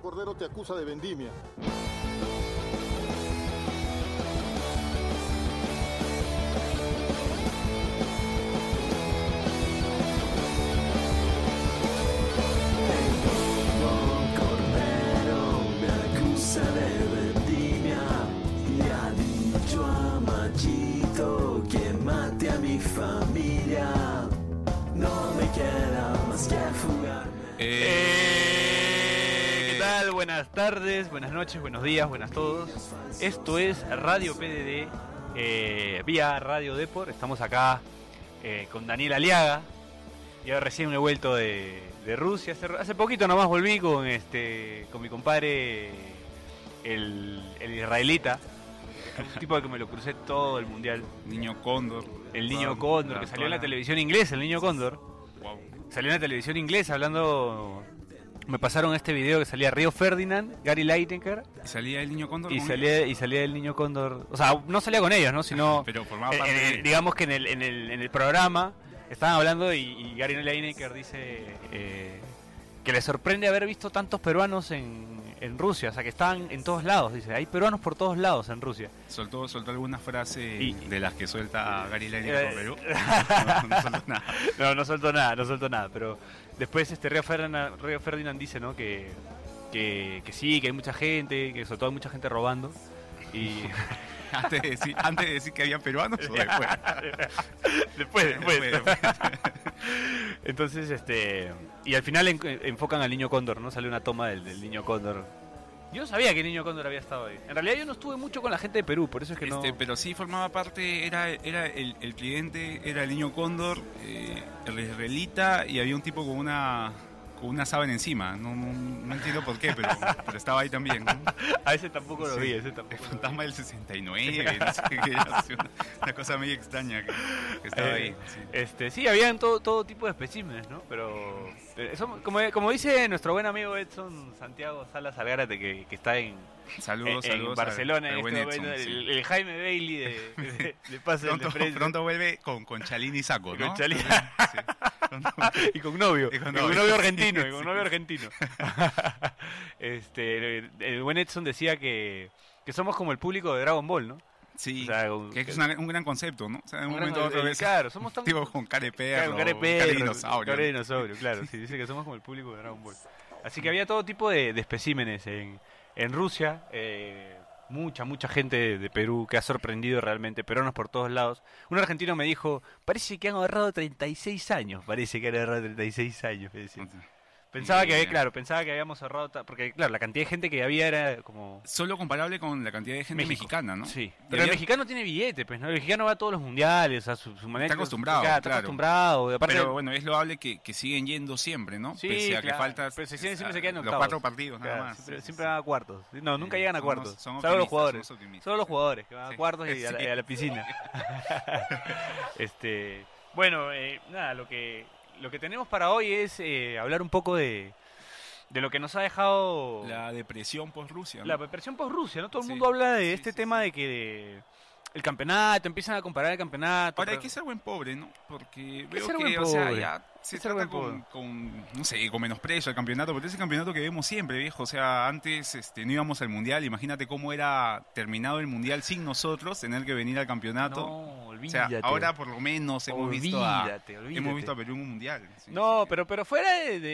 Cordero te acusa de vendimia. Familia no me queda más que fugarme. ¿Qué tal? Buenas tardes, buenas noches, buenos días, buenas todos. Esto es Radio PDD, vía Radio Depor. Estamos acá con Daniel Aliaga. Yo recién he vuelto de Rusia. Hace poquito nomás volví con mi compadre, el israelita. Un tipo que me lo crucé todo el mundial. Niño Cóndor. El Niño Cóndor, que salió en la televisión inglesa, el Niño Cóndor. Wow. Salió en la televisión inglesa hablando. Me pasaron este video que salía Río Ferdinand, Gary Lineker. ¿Y salía el Niño Cóndor? Y salía el Niño Cóndor. O sea, no salía con ellos, ¿no? Sino. Pero formaba parte digamos que en el programa estaban hablando y Gary Lineker dice que le sorprende haber visto tantos peruanos en Rusia, o sea que están en todos lados, dice, hay peruanos por todos lados en Rusia. Soltó alguna frase de las que suelta Gary Lineker por Perú. No soltó nada. No soltó nada, pero después Río Ferdinand dice, ¿no? Que sí, que hay mucha gente, que sobre todo hay mucha gente robando. Y antes de decir que había peruanos o después. Después. Entonces, y al final enfocan al Niño Cóndor, ¿no? Sale una toma del Niño Cóndor. Yo no sabía que el Niño Cóndor había estado ahí. En realidad yo no estuve mucho con la gente de Perú, por eso es que no. Pero sí formaba parte, era el cliente, era el Niño Cóndor, el israelita, y había un tipo con una sábana encima. No entiendo por qué, pero estaba ahí también, ¿no? A ese tampoco lo vi, El fantasma del 69, no sé qué era, una cosa medio extraña que estaba ahí. Sí, sí, habían todo tipo de especímenes, ¿no? Pero eso, como dice nuestro buen amigo Edson Santiago Salas Algárate, que está en Barcelona, el Jaime Bailey de Pase del Prensa. Pronto vuelve con chalín y saco, ¿no? Con chalín. Sí. Y con novio argentino. El buen Edson decía que somos como el público de Dragon Ball, ¿no? Sí, o sea, que es un gran concepto, ¿no? O sea, en un momento otra vez. Claro, somos tan tipo con cara de perro, cara de dinosaurio. Cara de dinosaurio, claro. Sí, dice que somos como el público de Dragon Ball. Así que había todo tipo de especímenes en Rusia. Mucha gente de Perú que ha sorprendido realmente, peruanos por todos lados. Un argentino me dijo, parece que han ahorrado 36 años, me decía. Pensaba que habíamos ahorrado, porque claro, la cantidad de gente que había era como... Solo comparable con la cantidad de gente mexicana, ¿no? Sí, pero el mexicano tiene billete, pues, ¿no? El mexicano va a todos los mundiales, a su manera... Está acostumbrado, claro. Está acostumbrado. Aparte, pero bueno, es loable que siguen yendo siempre, ¿no? Sí, pese a claro. que falta... Pero siempre se quedan los octavos. 4 partidos, nada más. Siempre van a cuartos. No, nunca llegan a cuartos. Solo los jugadores. Solo los jugadores que van a cuartos y a la piscina. Bueno, nada, lo que tenemos para hoy es hablar un poco de lo que nos ha dejado la depresión post-Rusia, ¿no? La depresión post-Rusia, ¿no? Todo el mundo habla de tema de que el campeonato, empiezan a comparar el campeonato. Ahora hay que ser buen pobre, ¿no? Porque veo que, o sea, ya se trata con no sé, con menosprecio al campeonato, porque es el campeonato que vemos siempre, viejo. O sea, antes no íbamos al mundial, imagínate cómo era terminado el mundial sin nosotros, tener que venir al campeonato. No, olvídate. O sea, ahora por lo menos hemos visto a Perú en un mundial. Sí, no, pero fuera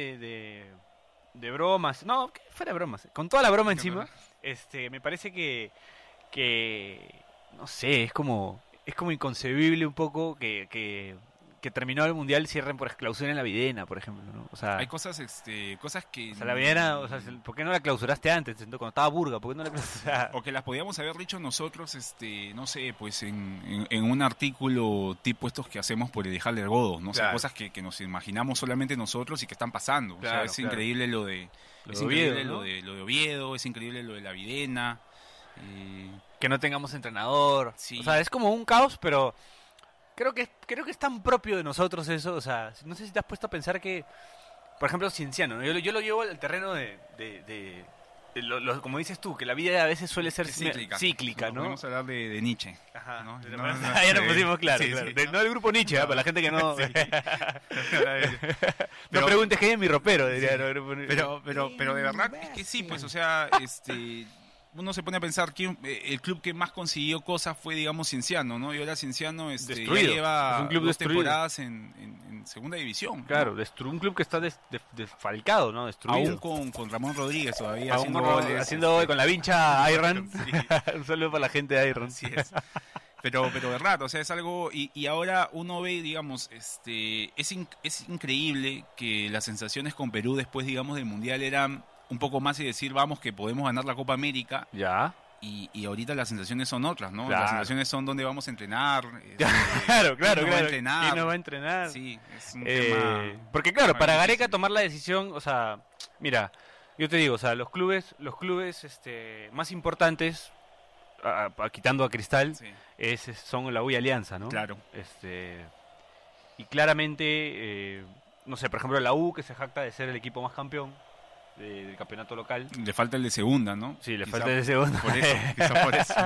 de bromas, no, que fuera de bromas, con toda la broma encima, me parece que no sé, es como inconcebible un poco que terminó el mundial cierren por clausura en la Videna, por ejemplo, ¿no? O sea, hay cosas que... O sea, la Videna, o sea, ¿por qué no la clausuraste antes? Cuando estaba Burga, ¿por qué no la clausuraste? O que las podíamos haber dicho nosotros, no sé, pues en un artículo tipo estos que hacemos por el Dejarle el Godo, ¿no? Claro. O sea, cosas que nos imaginamos solamente nosotros y que están pasando. Claro, o sea, es increíble lo de Oviedo, es increíble lo de la Videna. Que no tengamos entrenador. Sí. O sea, es como un caos, pero creo que es tan propio de nosotros eso. O sea, no sé si te has puesto a pensar que, por ejemplo, Cienciano, ¿no? Yo lo llevo al terreno de como dices tú, que la vida a veces suele ser cíclica, ¿no? Podemos hablar de Nietzsche. Ajá. ¿no? Ya nos pusimos claro. Sí, claro. sí. No del grupo Nietzsche, para la gente que no... Sí. No preguntes qué hay en mi ropero, diría. Sí. No, grupo Nietzsche. Pero de verdad es que sí, pues, o sea, uno se pone a pensar que el club que más consiguió cosas fue, digamos, Cienciano, ¿no? Y ahora Cienciano ya Destruido. lleva Es un club 2 destruido. temporadas en segunda división. Claro, ¿no? un club que está desfalcado, ¿no? Destruido. Aún con Ramón Rodríguez todavía Aún haciendo con- goles. haciendo gol con la vincha Iron. Sí. Un saludo para la gente de Iron. Así es. Pero de verdad, o sea, es algo... Y ahora uno ve, digamos, es increíble que las sensaciones con Perú después, digamos, del Mundial eran un poco más y decir, vamos, que podemos ganar la Copa América. Ya. Y ahorita las sensaciones son otras, ¿no? Claro. Las sensaciones son dónde vamos a entrenar. Claro, ¿quién nos va a claro. entrenar? ¿Quién nos va a entrenar? Sí, es un tema... Porque claro, para difícil. Gareca tomar la decisión, o sea, mira, yo te digo, o sea, los clubes más importantes, quitando a Cristal, Sí, son la U y Alianza, ¿no? claro. Y claramente, no sé, por ejemplo, la U, que se jacta de ser el equipo más campeón del campeonato local. Le falta el de segunda, ¿no? Sí, le Quizá falta el de segunda. Por eso, quizá por eso.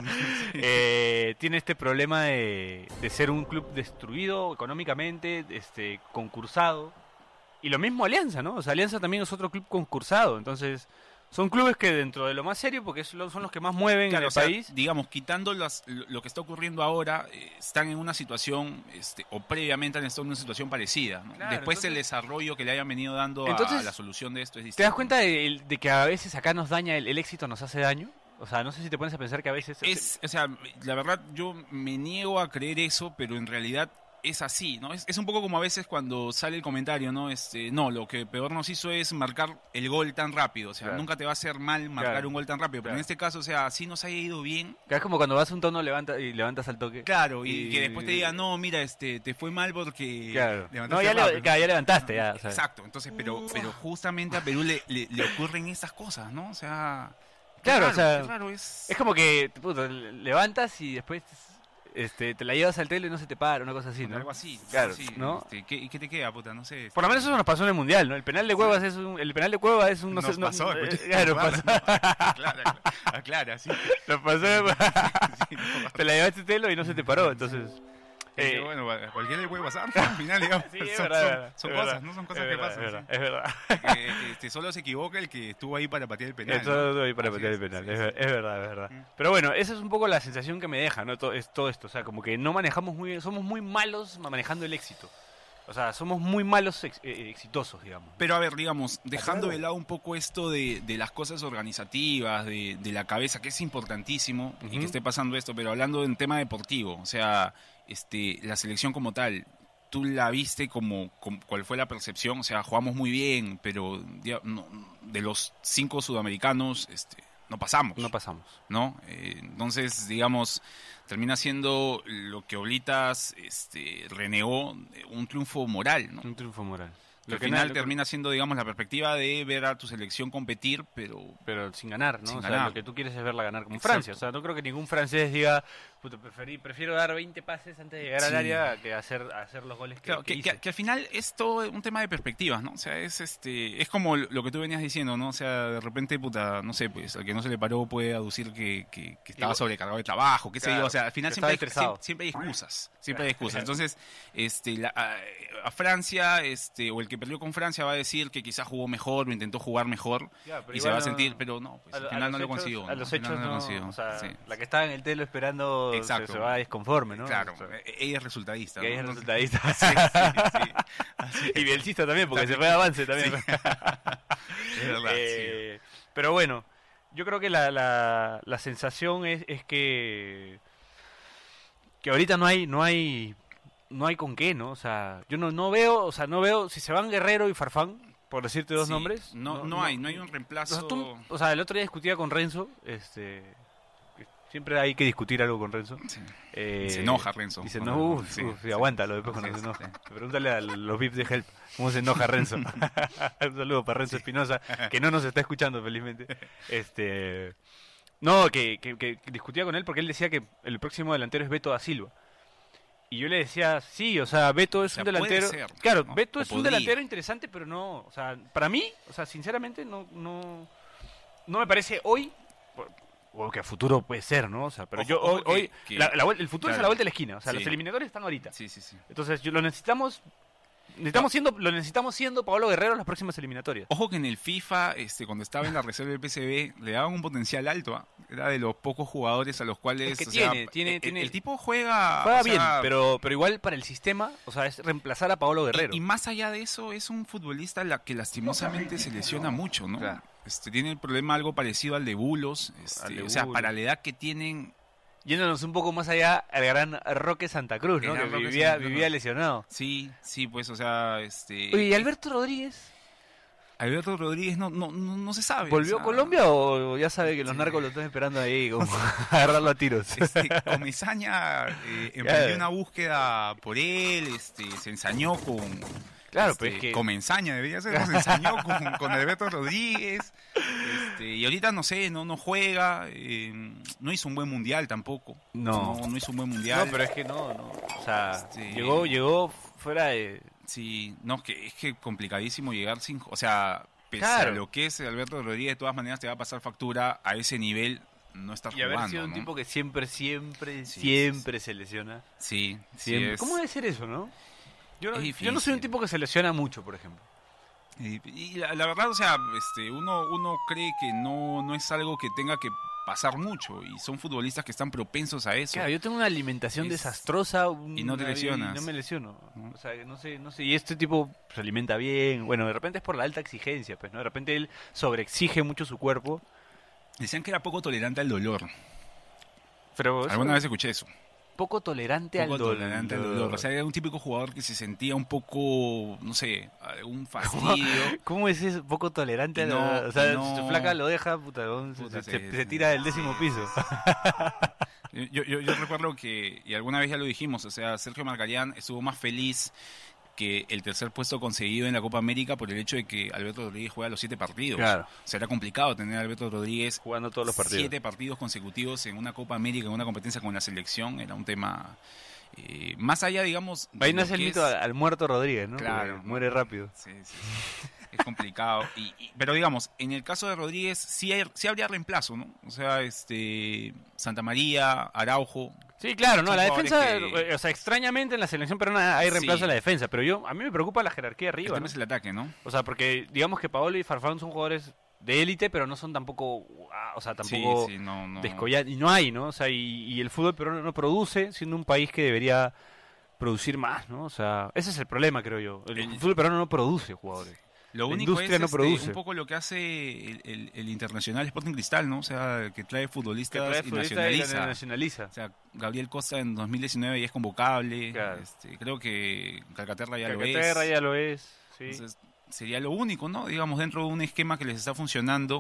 Tiene este problema de ser un club destruido económicamente, concursado. Y lo mismo Alianza, ¿no? O sea, Alianza también es otro club concursado. Entonces, son clubes que dentro de lo más serio, porque son los que más mueven Claro, en el o sea, país. digamos, quitando lo que está ocurriendo ahora, están en una situación, o previamente han estado en una situación parecida, ¿no? Claro, Después entonces- el desarrollo que le hayan venido dando Entonces, a la solución de esto es distinto. ¿Te das cuenta de que a veces acá nos daña el éxito, nos hace daño? O sea, no sé si te pones a pensar que a veces... O sea, la verdad yo me niego a creer eso, pero en realidad es así, ¿no? Es un poco como a veces cuando sale el comentario, ¿no? No, lo que peor nos hizo es marcar el gol tan rápido, o sea, Claro. nunca te va a hacer mal marcar Claro. un gol tan rápido, pero Claro. en este caso, o sea, así nos haya ido bien. Es como cuando vas a un tono levantas al toque. Claro, y que después te digan, no, mira, te fue mal porque Claro. levantaste No, rápido. ya levantaste, ya. O sea. Exacto, entonces, pero justamente a Perú le ocurren estas cosas, ¿no? O sea, qué Claro, raro, o sea, qué raro es. Es como que puta, levantas y después te la llevas al tele y no se te para, una cosa así, ¿no? Algo así, Claro, algo así, ¿no? ¿qué te queda, puta? No sé. Por lo menos eso nos pasó en el Mundial, ¿no? El penal de Cuevas es un... No Nos sé, no- pasó, escucha, claro, nos pasó. Aclara, sí. Nos pasó. Sí, no, Te la llevaste telo y no se te paró, entonces... que bueno, a cualquiera le puede pasar, al final, digamos, Sí, es son verdad, son es cosas, verdad, ¿no? Son cosas es que verdad, pasan. Es verdad. Solo se equivoca el que estuvo ahí para patear el penal. Esto ¿no? doy para Así patear el es, penal, sí, es sí. verdad, es verdad. Pero bueno, esa es un poco la sensación que me deja, ¿no? Todo esto, o sea, como que no manejamos somos muy malos manejando el éxito. O sea, somos muy malos exitosos, digamos. Pero a ver, digamos, dejando claro. de lado un poco esto de las cosas organizativas, de la cabeza, que es importantísimo y Ujú. que esté pasando esto, pero hablando en tema deportivo, o sea, la selección como tal, ¿tú la viste cuál fue la percepción? O sea, jugamos muy bien, pero de los 5 sudamericanos, no pasamos. No pasamos. ¿No? Entonces, digamos, termina siendo lo que Oblitas renegó un triunfo moral, ¿no? Un triunfo moral. Que al final termina siendo, digamos, la perspectiva de ver a tu selección competir, pero sin ganar, ¿no? Sin O sea, ganar. lo que tú quieres es verla ganar como Exacto. Francia. O sea, no creo que ningún francés diga, puta, prefiero dar 20 pases antes de llegar al Sí. área que hacer los goles que, claro, que que, hice. que al final es todo un tema de perspectivas, ¿no? O sea, es como lo que tú venías diciendo, ¿no? O sea, de repente, puta, no sé, pues al que no se le paró puede aducir que estaba Igual- sobrecargado de trabajo, qué sé Claro, yo. O sea, al final que siempre estaba estresado. siempre hay excusas, siempre hay excusas. Claro. Entonces, a Francia, o el que perdió con Francia va a decir que quizás jugó mejor o intentó jugar mejor Ya, pero y se igual va a no- sentir, pero no, pues al a final los no lo hechos- consiguió. A los Al final hechos no lo no, consiguió. o sea, Sí. la que estaba en el telo esperando Exacto. se va disconforme, ¿no? Claro, O sea, ella es resultadista. que ahí ¿no? es resultadista. Sí, sí, sí. Así Y Bielcista también, porque se fue de avance también. es verdad, Pero bueno, yo creo que la sensación es que ahorita no hay con qué, ¿no? O sea, yo no veo si se van Guerrero y Farfán, por decirte dos Sí, nombres. no hay un O sea, reemplazo. o sea, el otro día discutía con Renzo, siempre hay que discutir algo con Renzo. Sí. Eh, Se enoja Renzo. Dice, no, Sí, uf, sí. aguántalo después Así cuando se es, enoja. sí. Pregúntale a los VIPs de Help cómo se enoja Renzo. Un saludo para Renzo Espinosa, que no nos está escuchando felizmente. No, que discutía con él porque él decía que el próximo delantero es Beto da Silva. Y yo le decía, sí, o sea, Beto es O sea, un delantero... puede ser, claro, ¿no? Beto O es un podría. delantero interesante, pero no... O sea, para mí, o sea, sinceramente, no no me parece hoy, o que a futuro puede ser, ¿no? O sea, pero yo Ojo hoy que- el futuro es a la claro. vuelta de la esquina. O sea, Sí. los eliminatorios están ahorita. Sí, sí, sí. Entonces, lo necesitamos siendo Pablo Guerrero en las próximas eliminatorias. Ojo que en el FIFA, cuando estaba en la reserva del PSV, le daban un potencial alto. Era de los pocos jugadores a los cuales... Es que o sea, tiene- el tipo juega... Juega o bien, sea, pero igual para el sistema, o sea, es reemplazar a Pablo Guerrero. Y más allá de eso, es un futbolista que lastimosamente se lesiona mucho, ¿no? Claro. Tiene el problema algo parecido al de Bulos. Al de O sea, Bulos. para la edad que tienen... Yéndonos un poco más allá al gran Roque Santa Cruz, ¿no? El Que gran Roque vivía, Santa Cruz. vivía lesionado. Sí, pues, o sea... Oye, ¿y Alberto Rodríguez Alberto Rodríguez no se sabe. volvió o a sea, Colombia o ya sabe que los Sí. narcos lo están esperando ahí como a agarrarlo a tiros? Comesaña emprendió una búsqueda por él, se ensañó con... Claro, pero es que... Comensaña debería ser, ¿no? Se ensañó con Alberto Rodríguez. Y ahorita no sé, no juega, no hizo un buen mundial tampoco. No. No hizo un buen mundial. No, pero es que no. O sea, Este- llegó fuera de... Sí, no, es que complicadísimo llegar sin... O sea, pese Claro. a lo que es Alberto Rodríguez, de todas maneras te va a pasar factura a ese nivel, no estar Y haber jugando, sido un ¿no? tipo que siempre Sí, se lesiona. Sí, sí Siempre. es... ¿Cómo debe ser eso, no? Yo no Es soy difícil. un tipo que se lesiona mucho, por ejemplo. Y la verdad, o sea, uno cree que no es algo que tenga que pasar mucho y son futbolistas que están propensos a eso. Claro, yo tengo una alimentación Es- desastrosa y no te lesionas. y no me lesiono. ¿No? O sea, no sé. Y este tipo se alimenta bien. Bueno, de repente es por la alta exigencia, pues, ¿no? De repente él sobreexige mucho su cuerpo. Decían que era poco tolerante al dolor. Pero Alguna vez escuché eso. poco tolerante Poco al dolor. tolerante al dolor. O sea, era un típico jugador que se sentía un poco, no sé, algún fastidio. ¿Cómo es eso? Poco tolerante Y al no- dolor. O sea, y no- si su flaca lo deja, Puta, se tira del 10º piso. Yo recuerdo que, y alguna vez ya lo dijimos, o sea, Sergio Marcarián estuvo más feliz que el tercer puesto conseguido en la Copa América por el hecho de que Alberto Rodríguez juega los 7 partidos. Claro. O sea, era complicado tener a Alberto Rodríguez Jugando todos los partidos. 7 partidos consecutivos en una Copa América, en una competencia con la selección. Era un tema más allá, digamos... de Ahí lo nace el que mito es- al muerto Rodríguez, ¿no? Claro. Porque muere rápido. Sí. Es complicado. Pero digamos, en el caso de Rodríguez sí habría reemplazo, ¿no? O sea, Santa María, Araujo... Sí, claro, no, Son la jugadores defensa, que- o sea, extrañamente en la selección peruana hay reemplazo Sí. de la defensa, pero a mí me preocupa la jerarquía El arriba, tema ¿no? es el ataque, ¿no? O sea, porque digamos que Paolo y Farfán son jugadores de élite, pero no son tampoco, o sea, tampoco Sí, no. descollados, y no hay, ¿no? O sea, y el fútbol peruano no produce, siendo un país que debería producir más, ¿no? O sea, ese es el problema, creo yo. El fútbol peruano no produce jugadores. Lo La único industria es no produce. un poco lo que hace el Internacional Sporting Cristal, ¿no? O sea, que trae Que futbolistas trae y futbolistas nacionaliza. nacionaliza. O sea, Gabriel Costa en 2019 ya es convocable. Claro. Creo que Calcaterra ya Calcaterra lo es. ya lo es, sí. Entonces, sería lo único, ¿no? Digamos, dentro de un esquema que les está funcionando,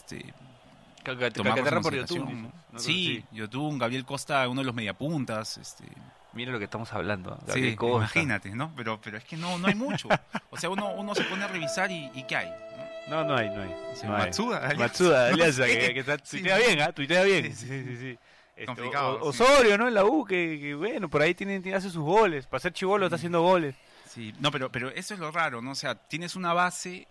tomar Calcaterra por consideración, YouTube. ¿no? ¿no? Sí, Yotun, Gabriel Costa, uno de los mediapuntas, Mira lo que estamos hablando. Sí, Gabriel Costa. imagínate, ¿no? Pero es que no hay mucho. O sea, uno se pone a revisar y ¿qué hay? ¿no? No hay. Sí, No hay. Matsuda, Alianza. Matsuda, No Alianza, sé. que Sí, tuitea bien, ¿ah? Tuitea bien. Sí, Sí. Complicado, sí. Osorio, ¿no? En la U, que bueno, por ahí hace sus goles. Para ser chibolo está haciendo goles. Sí, no, pero eso es lo raro, ¿no? O sea, tienes una base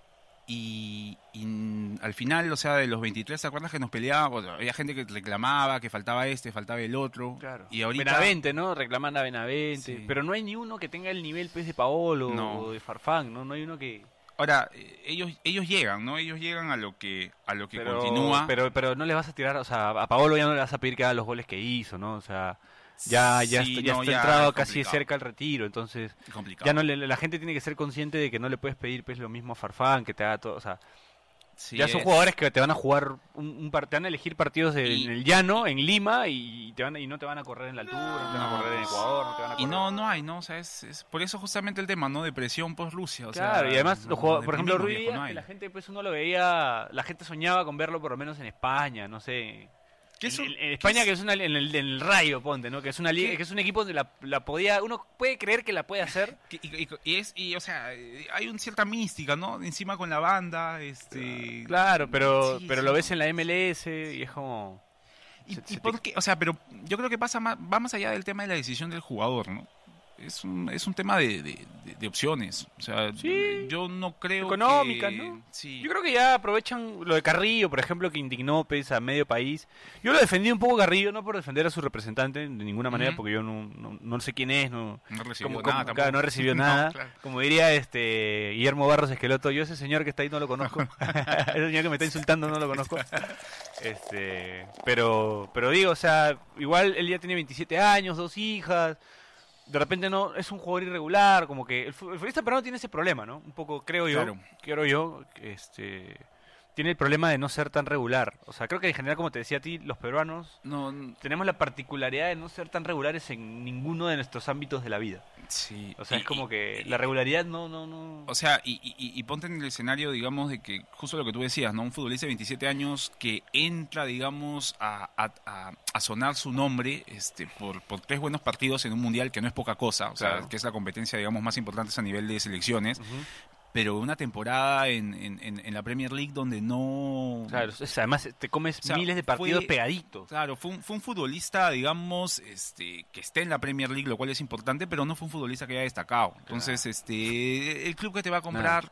y al final, o sea, de los 23, ¿te acuerdas que nos peleábamos? Bueno, había gente que reclamaba que faltaba faltaba el otro. Claro. Y ahorita... Benavente, ¿no? Reclaman a Benavente. Sí. Pero no hay ni uno que tenga el nivel pues, de Paolo No. o de Farfán, ¿no? No hay uno que... Ahora, ellos llegan, ¿no? Ellos llegan a lo que Pero, continúa. pero no le vas a tirar, o sea, a Paolo ya no le vas a pedir que haga los goles que hizo, ¿no? O sea, ya Sí, está no, ya entrado es casi complicado. cerca al retiro, entonces Es complicado. ya no la gente tiene que ser consciente de que no le puedes pedir pues lo mismo a Farfán, que te haga todo, o sea, Sí, ya son jugadores que te van a jugar te van a elegir partidos en el llano, en Lima y no te van a correr en la altura, no te van a correr en Ecuador, no te van a Y correr. no hay, ¿no? O sea, es por eso justamente el tema, ¿no? De presión post-Rusia. O Claro, sea, y además los jugadores, por ejemplo, deprimimos, Ruiz viejo, Díaz, no que hay. la gente pues uno lo veía, la gente soñaba con verlo por lo menos en España, no sé. ¿Qué es un- En España, qué que es en el Rayo, ponte, ¿no? Que es una liga, ¿Qué? que es un equipo donde la podía, uno puede creer que la puede hacer. o sea, hay una cierta mística, ¿no? Encima con la banda, Claro, pero Sí, lo ves en la MLS y es como... ¿Y se por qué? O sea, pero yo creo que va más allá del tema de la decisión del jugador, ¿no? es un tema de opciones. O sea, Sí. yo no creo Económicas, que... ¿no? Sí. Yo creo que ya aprovechan lo de Carrillo, por ejemplo, que indignó pues, a medio país. Yo lo defendí un poco Carrillo, no por defender a su representante de ninguna manera, Ujú. porque yo no sé quién es, no No recibió como- nada claro, tampoco. no recibió No, nada. claro. Como diría Guillermo Barros Esqueloto, yo ese señor que está ahí no lo conozco. Ese señor que me está insultando no lo conozco. Pero digo, o sea, igual él ya tiene 27 años, 2 hijas. De repente no es un jugador irregular, como que el futbolista peruano tiene ese problema, ¿no? Un poco creo yo, tiene el problema de no ser tan regular. O sea, creo que en general, como te decía a ti, los peruanos No, tenemos la particularidad de no ser tan regulares en ninguno de nuestros ámbitos de la vida. sí. O sea, es como que la regularidad no. O sea, y ponte en el escenario, digamos, de que justo lo que tú decías, ¿no? Un futbolista de 27 años que entra, digamos, a sonar su nombre por 3 buenos partidos en un mundial que no es poca cosa, o sea, Claro. que es la competencia, digamos, más importante a nivel de selecciones, Ujú. pero una temporada en la Premier League donde no... Claro, además te comes O sea, miles de partidos fue- pegaditos. Claro, fue un futbolista, digamos, que esté en la Premier League, lo cual es importante, pero no fue un futbolista que haya destacado. Entonces, el club que te va a comprar...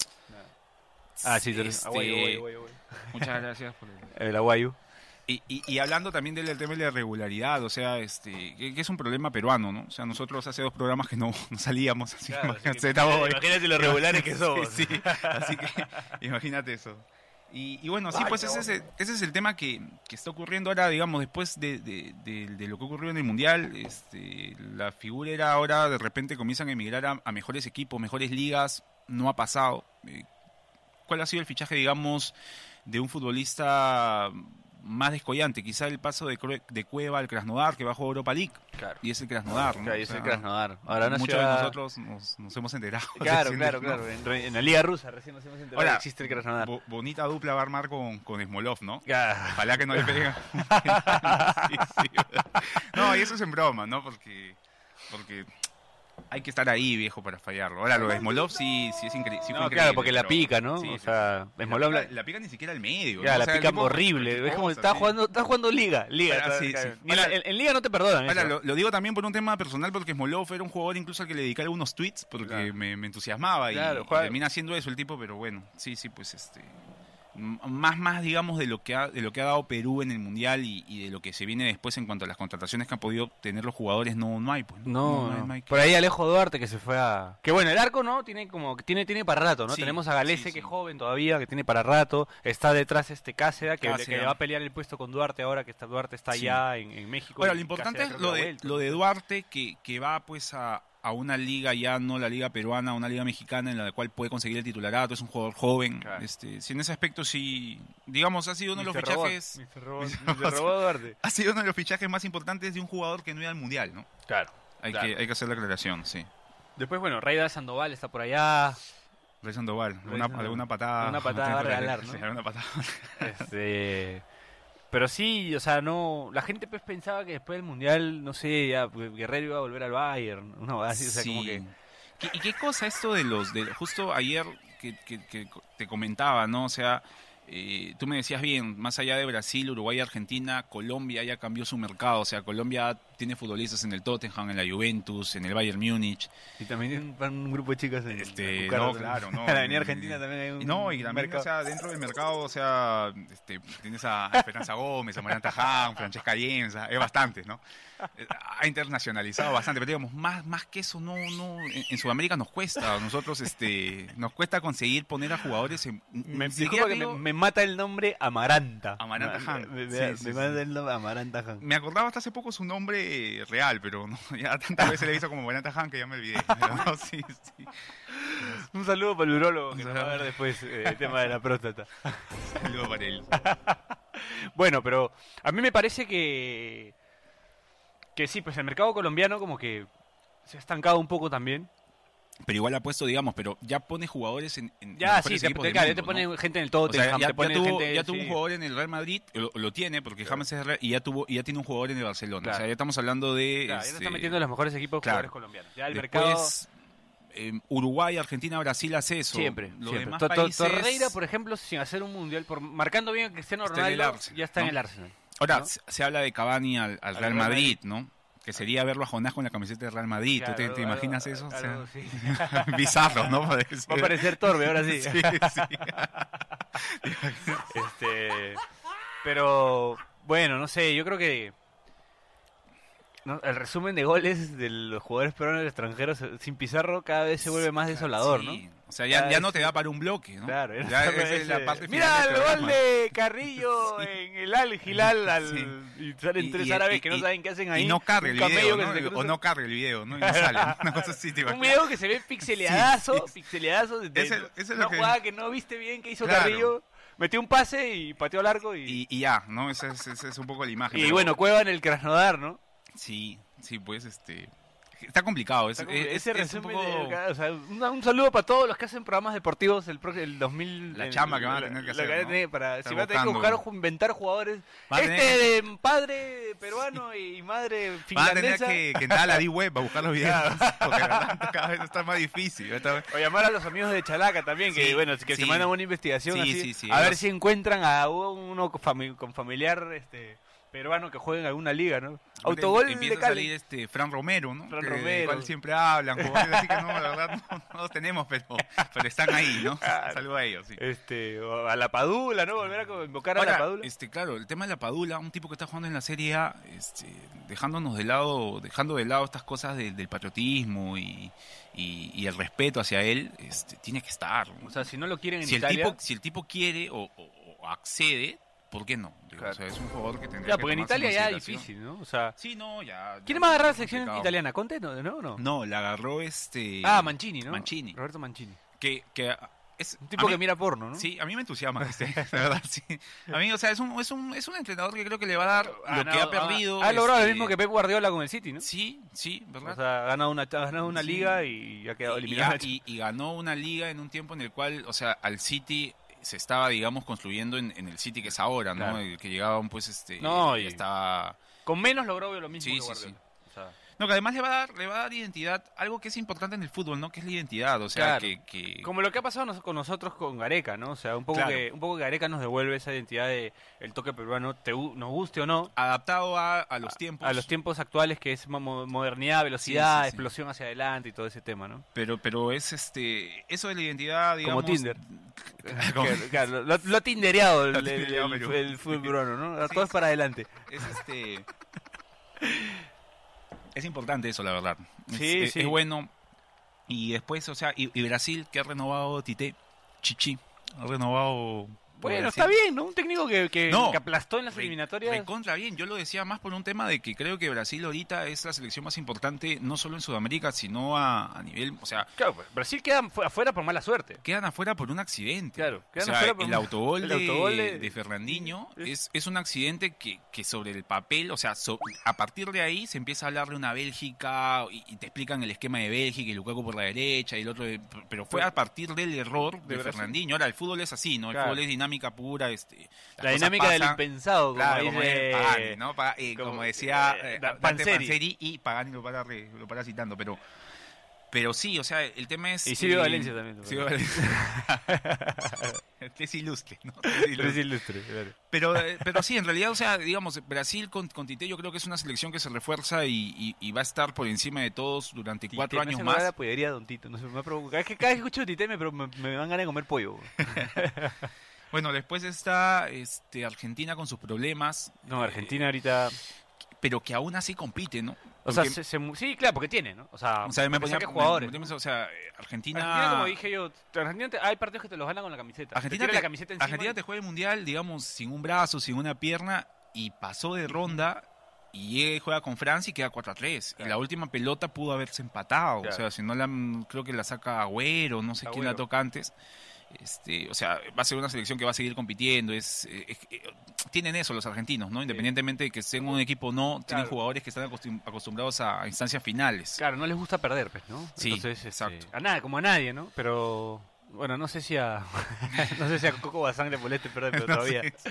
Ah, sí, este, Aguayo. Muchas gracias por el... El Aguayo. Y hablando también del tema de la regularidad, o sea, que es un problema peruano, ¿no? O sea, nosotros hace 2 programas que no salíamos, así Claro, que así que estamos- imagínate lo regulares que somos. Sí, sí, así que imagínate eso. Y bueno, sí, pues ese es el tema que está ocurriendo ahora, digamos, después de lo que ocurrió en el Mundial. La figura era ahora, de repente comienzan a emigrar a mejores equipos, mejores ligas, no ha pasado. ¿Cuál ha sido el fichaje, digamos, de un futbolista más descollante? Quizá el paso de Cueva al Krasnodar, que va a jugar Europa League, Claro. y es el Krasnodar, ¿no? Claro, y O es sea, el Krasnodar. Ahora una muchos ciudad- de nosotros nos hemos enterado. Claro, recién, claro, ¿no? claro. En la Liga Rusa recién nos hemos enterado Ahora, que existe el Krasnodar. bonita dupla va a armar con Smolov, ¿no? Ah, Ojalá que no le peguen. Sí, sí. No, y eso es en broma, ¿no? Porque hay que estar ahí, viejo, para fallarlo. Ahora, lo de Smolov sí es increíble. Sí fue no, increíble, claro, porque la pero- pica, ¿no? sí, o sí, sea, sí. Smolov La pica ni siquiera al medio. ya, ¿no? la O sea, el pica tipo- horrible. cualquier Es como cosa, está jugando Liga. Ahora, sí, sí. Ni en Liga no te perdonan. Ahora, eso. lo digo también por un tema personal, porque Smolov era un jugador incluso al que le dediqué algunos tweets, porque Claro. me entusiasmaba Claro, y juega- termina haciendo eso el tipo, pero bueno, sí, pues más digamos de lo que ha dado Perú en el Mundial y de lo que se viene después en cuanto a las contrataciones que han podido tener los jugadores, no hay, pues. No, hay- no. no hay que- Por ahí Alejo Duarte que se fue a... Que bueno, el arco, ¿no? Tiene como... Tiene para rato, ¿no? Sí, Tenemos a Galese sí, que es sí. joven todavía, que tiene para rato. Está detrás Cáceres, que Cáceres. le va a pelear el puesto con Duarte ahora, que Duarte está Sí. allá en México. Bueno, y lo importante Cáceres es creo que ha vuelto. lo de Duarte, que va pues a una liga ya, no la liga peruana, una liga mexicana en la cual puede conseguir el titularato, es un jugador joven. Claro. Sí, en ese aspecto sí, digamos, ha sido uno de los Mr. Robot, fichajes... Mr. Robot, Mr. Mr. Robot Duarte. Ha sido uno de los fichajes más importantes de un jugador que no iba al Mundial, ¿no? Claro. Hay Claro. que hacer la aclaración, sí. Después, bueno, Reyda Sandoval está por allá. Rey Sandoval, Rey Sandoval. alguna patada. Una patada va a regalar, ¿no? Sí, alguna patada. Pero sí, o sea, no... La gente pues pensaba que después del Mundial, no sé, ya Guerrero iba a volver al Bayern. Una cosa así, o sea, Sí. como que... ¿Y qué cosa esto justo ayer que te comentaba, ¿no? O sea, tú me decías bien, más allá de Brasil, Uruguay, Argentina, Colombia ya cambió su mercado. O sea, Colombia tiene futbolistas en el Tottenham, en la Juventus, en el Bayern Múnich. Y también tiene un grupo de chicas en No, claro, no. En la Avenida Argentina también hay un No, y también, mercado. o sea, dentro del mercado, o sea, tienes a Esperanza Gómez, a Mariana Taján, Francesca James, es bastante, ¿no? Ha internacionalizado bastante, pero digamos, más que eso, no, en Sudamérica nos cuesta, a nosotros, nos cuesta conseguir poner a jugadores en... Me, ni siquiera disculpa que digo- me mata el nombre Amaranta. Amaranta Han. Me Sí, sí, mata sí. el nombre Amaranta Han. Me acordaba hasta hace poco su nombre real, pero no, ya tantas veces le he visto como Mariana Taján que ya me olvidé. Pero no, sí. Un saludo para el urólogo que Un nos va a ver saludo. después el tema de la próstata. Saludo para él. Bueno, pero a mí me parece que sí, pues el mercado colombiano como que se ha estancado un poco también. Pero igual ha puesto, digamos, pero ya pone jugadores en Ya, los sí, mejores te, equipos te, del claro, ya mundo, te pone ¿no? gente en el O sea, Tottenham, ya te pone tuvo, gente... ya tuvo sí. un jugador en el Real Madrid, lo tiene, porque James es Real, y ya tiene un jugador en el Barcelona. Claro. O sea, ya estamos hablando de... Claro, ya te está metiendo en los mejores equipos claro. jugadores colombianos. Ya el mercado... Después, Uruguay, Argentina, Brasil hace eso. Siempre, Los siempre. demás Torreira, países... por ejemplo, sin hacer un mundial, marcando bien a Cristiano Está en el Ronaldo, Arsenal, ya está en ¿no? el Arsenal. Ahora, ¿no? se habla de Cavani al Real Madrid, ¿no? Que sería verlo a Jonás con la camiseta de Real Madrid. ¿Tú Claro, te imaginas eso? O sea, algo así. bizarro, ¿no? Va a parecer Torbe ahora sí. Sí, sí. Pero bueno, no sé, yo creo que el resumen de goles de los jugadores peruanos y extranjeros sin Pizarro cada vez se vuelve más desolador, ¿no? Sí. O sea, ya no te da para un bloque, ¿no? Claro, Ya esa es la parte mira final el del gol programa. de Carrillo en el Al Hilal Sí. y salen Y- tres y- árabes y- que no saben qué hacen ahí. Y no cargue el Un camello video, que ¿no? se te cruza. O no cargue el video, ¿no? Y no sale. Una cosa así, te Un imaginas. video que se ve pixeleadazo, Sí, pixeleadazo de Eso es una lo que- jugada que no viste bien que hizo Claro. Carrillo, metió un pase y pateó largo Y ya, ¿no? Esa es un poco la imagen. y pero- bueno, Cueva en el Krasnodar, ¿no? Sí, pues está complicado. Ese es un resumen poco o sea, un saludo para todos los que hacen programas deportivos el 2000 La chamba que van a tener que lo hacer, van a ¿no? tener para Estar si van a tener que buscando. buscar inventar jugadores Va a tener- de padre peruano y madre van a finlandesa tener que entrar a la D-Web a buscar los videos. Porque la verdad, cada vez está más difícil. o llamar a los amigos de Chalaca también que Sí, bueno que se sí. mandan una investigación Sí, así, sí, a ver ellos- si encuentran a uno con familiar peruano que juegue en alguna liga, ¿no? Autogol Empieza de a salir Cali. Fran Romero, ¿no? Fran Que- Romero. del cual siempre hablan, jugadores así que no, la verdad no los tenemos, pero están ahí, ¿no? Claro. Saludos a ellos, sí. O a la Padula, ¿no? Volver a invocar a Ahora, la Padula. claro, el tema de la Padula, un tipo que está jugando en la Serie A, dejando de lado estas cosas del patriotismo y el respeto hacia él, tiene que estar. O sea, si no lo quieren en si Italia... el tipo quiere o accede, ¿por qué no? Digo, Claro. O sea, es un jugador que tendría Claro, que porque en tomarse Italia ya es consideración. difícil, ¿no? O sea, Sí, no, ya. ¿quién ya más agarrar la es selección complicado. italiana? ¿Conte? ¿No? No, la agarró Mancini, ¿no? Mancini. Roberto Mancini. Que es Un tipo a mí- que mira porno, ¿no? Sí, a mí me entusiasma, la verdad, sí. A mí, o sea, es un entrenador que creo que le va a dar lo que ha perdido. Ha logrado lo mismo que Pep Guardiola con el City, ¿no? Sí, ¿verdad? O sea, ha ganado una Sí. liga y ha quedado eliminado. y ganó una liga en un tiempo en el cual, o sea, al City se estaba, digamos, construyendo en el City que es ahora, ¿no? Claro. El que llegaban, pues, No, ya y- estaba... Con menos logró lo mismo Sí, que sí, Guardiola. O sea, No, que además le va a dar identidad, algo que es importante en el fútbol, ¿no? Que es la identidad, o sea, Claro. que... como lo que ha pasado con nosotros con Gareca, ¿no? O sea, un poco Claro. que Gareca nos devuelve esa identidad de el toque peruano, nos guste o no, Adaptado a los tiempos. a los tiempos actuales, que es modernidad, velocidad, Sí, sí, sí. explosión hacia adelante y todo ese tema, ¿no? Pero es eso de la identidad, digamos... Como Tinder. Como- Claro, lo ha tindereado Lo ha tindereado Perú. el fútbol peruano, ¿no? Sí, Todo es sí. para adelante. es es importante eso, la verdad. Sí, sí. Es bueno. Y después, o sea, y Brasil, que ha renovado Tite, Chichi, ha renovado... por Bueno, Brasil. está bien, ¿no? Un técnico que No. aplastó en las Re- eliminatorias. Recontra bien, yo lo decía más por un tema de que creo que Brasil ahorita es la selección más importante, no solo en Sudamérica, sino a nivel, o sea, Claro, pues, Brasil queda afuera por mala suerte. quedan afuera por un accidente. Claro, o quedan sea, afuera por el un- autogol, el de, autogol de Fernandinho es- es un accidente que sobre el papel, o sea, a partir de ahí se empieza a hablar de una Bélgica y te explican el esquema de Bélgica y Lukaku por la derecha y el otro, pero fue a partir del error de Brasil. Fernandinho. Ahora, el fútbol es así, ¿no? El Claro. fútbol es dinámica pura, las La cosas dinámica del pasan. impensado, como Claro, como dice... es Pagani, ¿no? Como decía Dante Panzeri. Panzeri, y Pagani lo para citando, pero sí, o sea, el tema es... Y Silvio Valencia también. Silvio Valencia. Es ilustre, ¿no? Es ilustre. Es ilustre, claro. Pero sí, en realidad, o sea, digamos, Brasil con Tite yo creo que es una selección que se refuerza y va a estar por encima de todos durante 4 años Me hace más. la pollería, Don Tito, no sé, me provoca. Cada vez que escucho Tite me dan ganas de comer pollo. Bueno, después está Argentina con sus problemas. No, Argentina ahorita... Pero que aún así compite, ¿no? O sea, Porque- sí, claro, porque tiene, ¿no? O sea, me porque ponía saca jugadores. o sea, Argentina... Argentina, como dije yo, hay partidos que te los ganan con la camiseta. Argentina, Te tira la camiseta encima Argentina te juega el mundial, digamos, sin un brazo, sin una pierna, y pasó de ronda y juega con Francia y queda 4-3. Y Claro. la última pelota pudo haberse empatado. Claro. O sea, si no creo que la saca Agüero, no sé quién la Agüero. toca antes. O sea, va a ser una selección que va a seguir compitiendo. Tienen eso los argentinos, ¿no? Independientemente de que sean un equipo o no, tienen Claro. jugadores que están acostumbrados a instancias finales. Claro, no les gusta perder, pues, ¿no? Sí, Entonces, exacto. A nada, como a nadie, ¿no? Pero, bueno, no sé si a no sé si a Coco Bazán le moleste perder, pero No todavía. sé.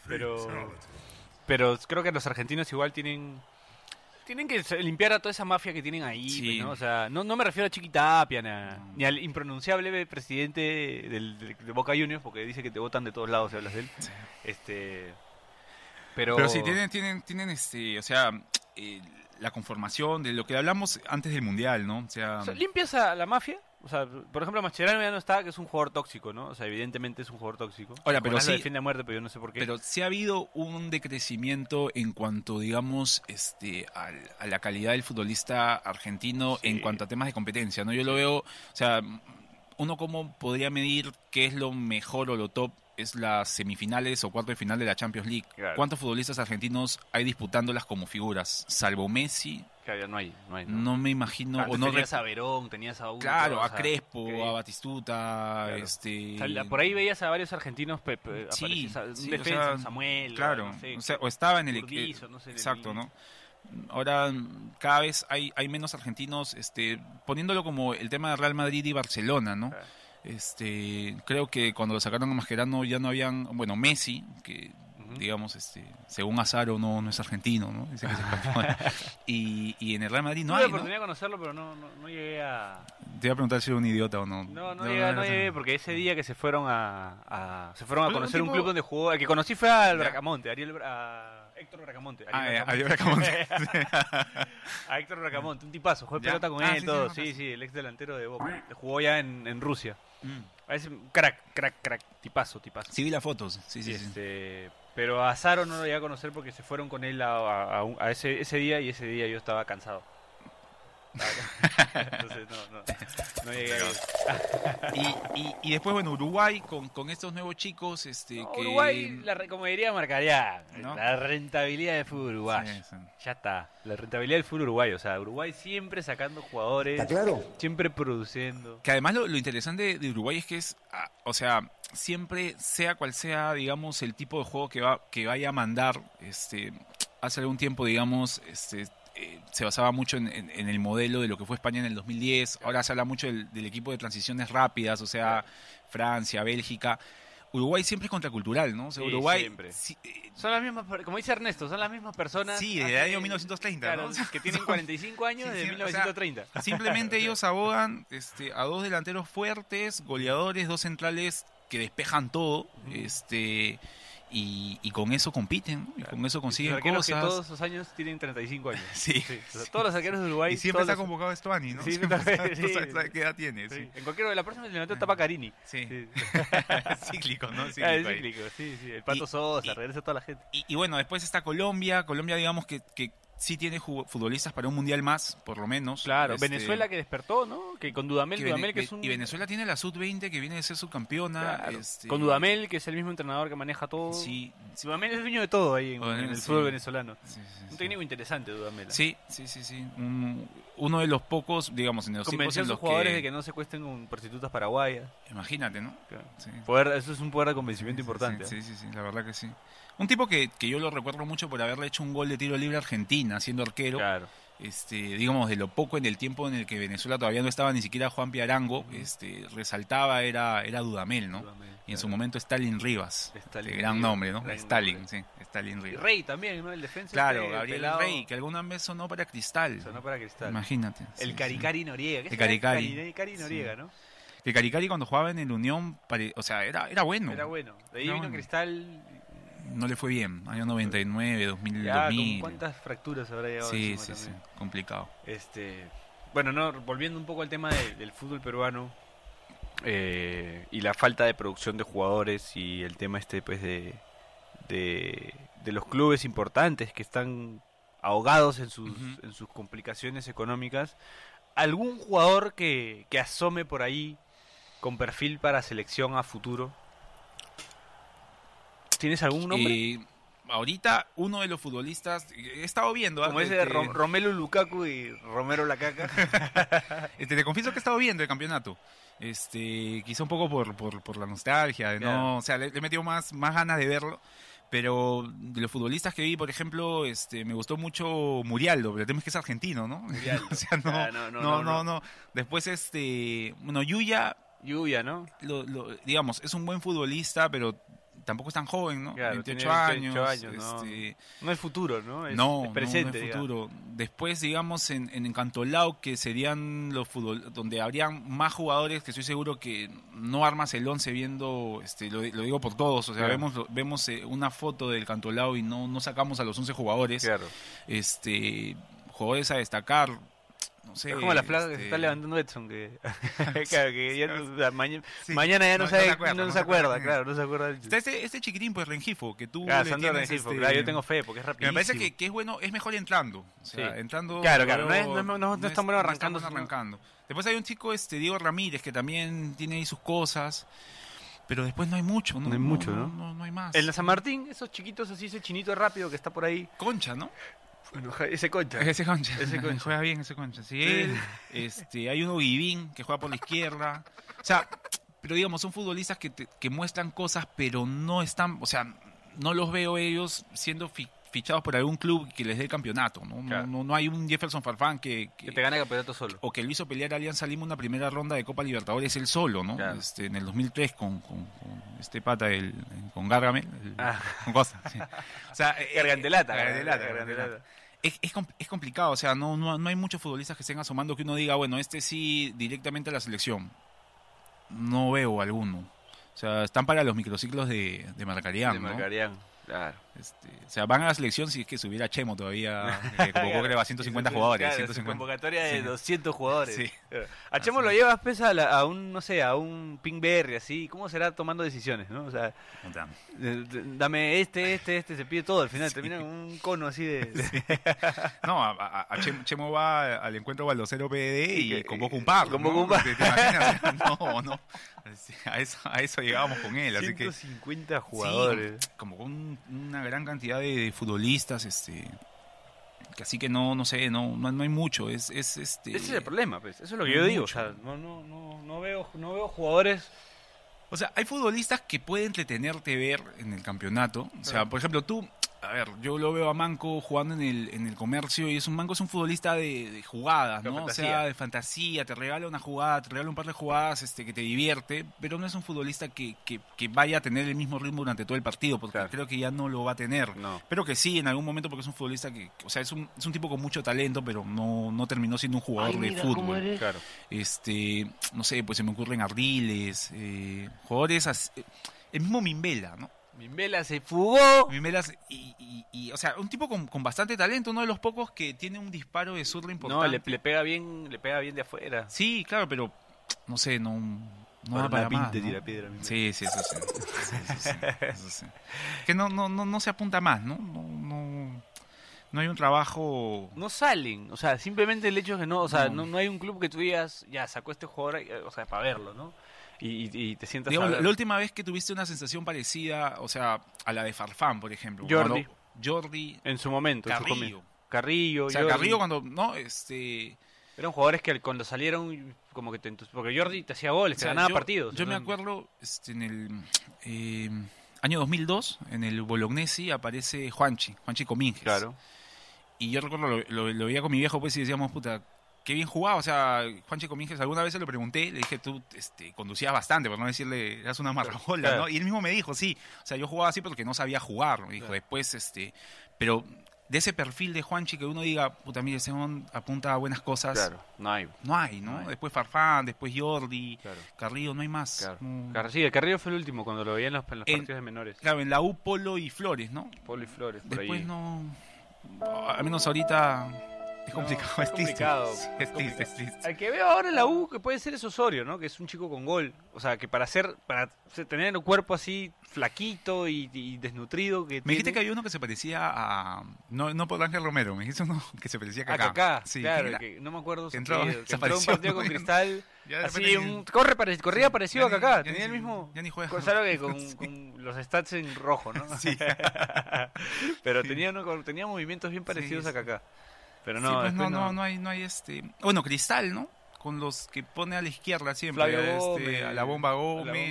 Pero creo que los argentinos igual tienen que limpiar a toda esa mafia que tienen ahí, Sí. pues, ¿no? O sea, no me refiero a Chiquitapia ni al impronunciable presidente de Boca Juniors, porque dice que te votan de todos lados si hablas de él. Sí. Pero Pero sí, tienen o sea, la conformación, de lo que hablamos antes del Mundial, ¿no? O sea, ¿Limpias a la mafia? O sea, por ejemplo, Mascherano ya no está, que es un jugador tóxico, ¿no? O sea, evidentemente es un jugador tóxico. Ahora, pero Ojalá lo sí- defiende a muerte, pero yo no sé por qué. pero sí ha habido un decrecimiento en cuanto, digamos, a la calidad del futbolista argentino Sí. en cuanto a temas de competencia, ¿no? Yo lo veo, o sea, uno cómo podría medir qué es lo mejor o lo top es las semifinales o cuarto de final de la Champions League. Claro. ¿Cuántos futbolistas argentinos hay disputándolas como figuras? Salvo Messi, Claro, ya no hay. no me imagino, Antes o no tenías a Verón, tenías a uno. claro, o a sea, Crespo, Crespo. a Batistuta, Claro. O sea, por ahí veías a varios argentinos, sí, un sí, defensa, o sea, Samuel, claro, no sé, o sea, o estaba en el Burdizo, no sé, en el exacto, ¿no? inicio. Ahora cada vez hay menos argentinos, poniéndolo como el tema de Real Madrid y Barcelona, ¿no? Claro. Creo que cuando lo sacaron a Mascherano ya no habían, bueno, Messi, que Ujú. digamos, según Azaro no es argentino, ¿no? Dice que es español. y en el Real Madrid no Tuve la hay, ¿no? oportunidad de conocerlo, pero no llegué a... Te iba a preguntar si era un idiota o no. No llegué, porque ese día que se fueron a Un conocer un tipo- club donde jugó, el que conocí fue al Ya. Bracamonte, a Héctor Bracamonte. Ariel Bracamonte. A Héctor Bracamonte, un tipazo, jugué Ya. pelota con Ah, él, sí, todo, sí, me sí, el ex delantero de Boca. Jugó ya en Rusia. Mm. A ese crack, tipazo. Sí, vi las fotos. Sí. Pero a Zaro no lo llegué a conocer porque se fueron con él a ese día, y ese día yo estaba cansado. Entonces no llegué a ir. Y después, bueno, Uruguay con estos nuevos chicos, No, que... Uruguay, como diría Marcarián, ¿No? la rentabilidad del fútbol uruguayo. Sí, sí. Ya está, la rentabilidad del fútbol uruguayo. O sea, Uruguay siempre sacando jugadores, ¿Está claro? siempre produciendo. Que además lo interesante de Uruguay es que o sea, siempre, sea cual sea, digamos, el tipo de juego que vaya a mandar, hace algún tiempo, digamos, se basaba mucho en el modelo de lo que fue España en el 2010. Ahora se habla mucho del equipo de transiciones rápidas, o sea, Francia, Bélgica. Uruguay siempre es contracultural, ¿no? O sea, Sí, Uruguay... siempre. sí, Son las mismas, como dice Ernesto, son las mismas personas. sí, desde el año 1930, claro, ¿no? que tienen 45 años Sí, desde sí, 1930. Simplemente ellos abogan a dos delanteros fuertes, goleadores, dos centrales que despejan todo, y con eso compiten, ¿no? Y con eso consiguen Los arqueros cosas. que todos esos años tienen 35 años. Sí. O sea, todos los arqueros de Uruguay. Y siempre todos está los- convocado Stuani, ¿no? Sí, Siempre también, está- sí. no sabes qué edad tiene. Sí. Sí, En cualquier de la próxima eliminatoria está Pacarini. sí. Sí. Cíclico, ¿no? Ah, es Cíclico ahí. cíclico, sí. El Pato Sosa, regresa toda la gente. Y bueno, después está Colombia, digamos que sí tiene futbolistas para un mundial más, por lo menos. Claro, Venezuela que despertó, ¿no? Que con Dudamel, que es un... Y Venezuela tiene la sub-20 que viene de ser subcampeona. Claro. Con Dudamel, que es el mismo entrenador que maneja todo. Sí, Dudamel es dueño de todo ahí en Dudamel, el sí. fútbol venezolano. sí, Un sí. técnico interesante, Dudamel. Sí. Uno de los pocos, digamos, en los tiempos Convenció a en sus los jugadores que... de que no se cuesten con prostitutas paraguayas. Imagínate, ¿no? Claro. Sí. Eso es un poder de convencimiento importante. Sí, la verdad que sí. Un tipo que yo lo recuerdo mucho por haberle hecho un gol de tiro libre a Argentina, siendo arquero. Claro. Digamos, de lo poco en el tiempo en el que Venezuela todavía no estaba ni siquiera Juan Arango, resaltaba era Dudamel, ¿no? Dudamel, Y en su claro. momento Stalin Rivas. Stalin Gran Rivas, nombre, ¿no? gran Stalin, nombre. sí. Stalin Y Rivas. Rey también, ¿no? El defensa. Claro, Gabriel pelado, Rey, que alguna vez sonó para Cristal. sonó para Cristal. Imagínate. El sí, Caricari Noriega. ¿Qué El será Caricari. Cari Noriega, Sí. ¿no? sí. Que Caricari cuando jugaba en el Unión, o sea, era bueno. Era bueno. De ahí Era vino bueno. Cristal. No le fue bien. Año 99, 2000, Ya, 2000. ¿con cuántas fracturas habrá llegado Sí, encima sí. también? Complicado. Bueno, no, volviendo un poco al tema del fútbol peruano, y la falta de producción de jugadores, y el tema pues de los clubes importantes que están ahogados en sus, Ujú. en sus complicaciones económicas. ¿Algún jugador que asome por ahí con perfil para selección a futuro? ¿Tienes algún nombre? Ahorita, uno de los futbolistas, he estado viendo... Como ese de Romelu Lukaku y Romero Lacaca. te confieso que he estado viendo el campeonato. Quizá un poco por la nostalgia, de Claro. no, o sea, le he metido más ganas de verlo. Pero de los futbolistas que vi, por ejemplo, me gustó mucho Murialdo, pero el tema es que es argentino, ¿no? Murialdo. O sea, Ah, no. Después, bueno, Yuya, Lluvia, ¿no? digamos, es un buen futbolista, pero tampoco es tan joven, ¿no? Claro, 28 tiene 28 años. años, No es futuro, ¿no? Es, No, es presente. no es digamos. futuro. Después, digamos, en Cantolao, que serían los fútbol, donde habrían más jugadores, que estoy seguro que no armas el 11 viendo, lo digo por todos, o sea, Claro. vemos una foto del Cantolao y no sacamos a los 11 jugadores. Claro. jugadores a destacar, no sé. Es como la flaca que se está levantando Edson, que, claro, que ya Sí. mañana ya no se acuerda, no no se se acuerda, acuerda. claro, no se acuerda. Está este chiquitín, pues Rengifo, que tú Claro, le Sandro tienes, Rengifo, claro, yo tengo fe, porque es que rapidísimo. me parece que es bueno, es mejor entrando. O sea, Sí. entrando. Claro, claro, luego no es tan bueno arrancando, bueno sino- arrancando. Después hay un chico, Diego Ramírez, que también tiene ahí sus cosas. Pero después no hay mucho, ¿no? No hay mucho, ¿no? No hay más. En la San Martín, esos chiquitos así, ese chinito rápido que está por ahí. Concha, ¿no? Bueno, ese concha. Ese Concha. Ese Concha. Juega bien ese Concha. Sí, él. Hay uno Guivín que juega por la izquierda. O sea, pero digamos, son futbolistas que muestran cosas, pero no están, o sea, no los veo ellos siendo fichados por algún club que les dé el campeonato, ¿no? Claro. No hay un Jefferson Farfán Que te gana el campeonato solo. o que lo hizo pelear a Alianza Lima una primera ronda de Copa Libertadores él solo, ¿no? Claro. En el 2003 con este pata, con Gargamel, con Costa. Sí. O sea, Gargantelata. Gargantelata. Es complicado, o sea, no hay muchos futbolistas que estén asomando que uno diga, bueno, sí directamente a la selección. No veo alguno. O sea, están para los microciclos de Marcarián, De ¿no? Marcarián, claro. O sea, van a la selección si es que subiera Chemo todavía, que convocó creo a 150 jugadores. Claro, 150. su convocatoria de Sí. 200 jugadores. Sí. A Chemo lo llevas pesa a un, no sé, a un Pinkberry, así. ¿Cómo será tomando decisiones, no? O sea, dame este, se pide todo. Al final termina con un cono así de... No, a Chemo va al encuentro Baldocero PDD y que- convoca un par. convoca ¿no? un par. ¿Te imaginas? No. A eso llegábamos con él. Así que 150 jugadores. sí, como con una gran cantidad de futbolistas, que así que no sé, no hay mucho. Ese es el problema, pues. Eso es lo que no yo hay digo. mucho. O sea, no veo jugadores... O sea, hay futbolistas que pueden entretenerte ver en el campeonato. O sea, por ejemplo, tú, a ver, yo lo veo a Manco jugando en el Comercio y Manco es un futbolista de jugadas, De ¿no? fantasía. O sea, de fantasía, te regala una jugada, te regala un par de jugadas que te divierte, pero no es un futbolista que vaya a tener el mismo ritmo durante todo el partido, porque Claro. creo que ya no lo va a tener. No. Pero que sí, en algún momento, porque es un futbolista o sea, es un tipo con mucho talento, pero no terminó siendo un jugador de fútbol. Claro. No sé, pues se me ocurren Ardiles, jugadores el mismo Mimbela, ¿no? Mimbela se fugó. Mimbela y o sea, un tipo con bastante talento, uno de los pocos que tiene un disparo de zurda No, importante. le pega bien de afuera. Sí, claro, pero no sé, no Por va para la pinta más, ¿no? tira piedra, Mimbela. Sí, eso sí. Eso sí. Que no se apunta más, ¿no? No hay un trabajo. No salen, o sea, simplemente el hecho es que no, o sea, No. no hay un club que tú digas, ya sacó este jugador, o sea, para verlo, ¿no? Y te sientas Digamos, a ver. la última vez que tuviste una sensación parecida, o sea, a la de Farfán, por ejemplo. Jordi. Cuando Jordi, En su momento, en su Carrillo. comienzo. Carrillo, O sea, Jordi. Carrillo cuando, ¿no? Eran jugadores que cuando salieron, como que porque Jordi te hacía goles, O te sea, ganaba partidos. Yo me Entonces, acuerdo en el año 2002, en el Bolognesi, aparece Juanchi Cominges. Claro. Y yo recuerdo, lo veía con mi viejo, pues, y decíamos, puta, qué bien jugaba. O sea, Juanchi Cominges, alguna vez se lo pregunté, le dije, tú conducías bastante, por no decirle, eras una marrabola, Claro. ¿no? Y él mismo me dijo, sí, o sea, yo jugaba así porque no sabía jugar. Me dijo, Claro. después, pero de ese perfil de Juanchi que uno diga, puta, mire, ese hombre apunta a buenas cosas, Claro, no hay. no hay, ¿no? No hay. Después Farfán, después Jordi, Claro. Carrillo, no hay más. Claro. No. Sí, el Carrillo fue el último cuando lo veía en los partidos de menores. Claro, en la U, Polo y Flores, ¿no? Polo y Flores, por Después ahí. no, al menos ahorita es No, complicado. es complicado, triste. es Es triste, es triste. Al que veo ahora en la U, que puede ser es Osorio, ¿no? Que es un chico con gol. O sea, que para tener un cuerpo así flaquito y desnutrido que Me dijiste que tiene... había uno que se parecía a... No por Ángel Romero, me dijiste uno que se parecía a A Kaká. Kaká, Sí, claro, ¿quién era? que no me acuerdo Que su entró, apellido, que entró a un desapareció, partido con ¿no? Cristal, Ya de así, repente corría parecido ya a Kaká, ya tenía el mismo... Ya ni juega. Solo que con los stats en rojo, ¿no? Sí. Pero Sí. tenía movimientos bien parecidos Sí, a Kaká. Pero Sí, no, pues después no hay Bueno, Cristal, ¿no? Con los que pone a la izquierda siempre. Flavio Gómez, a la Bomba Gómez.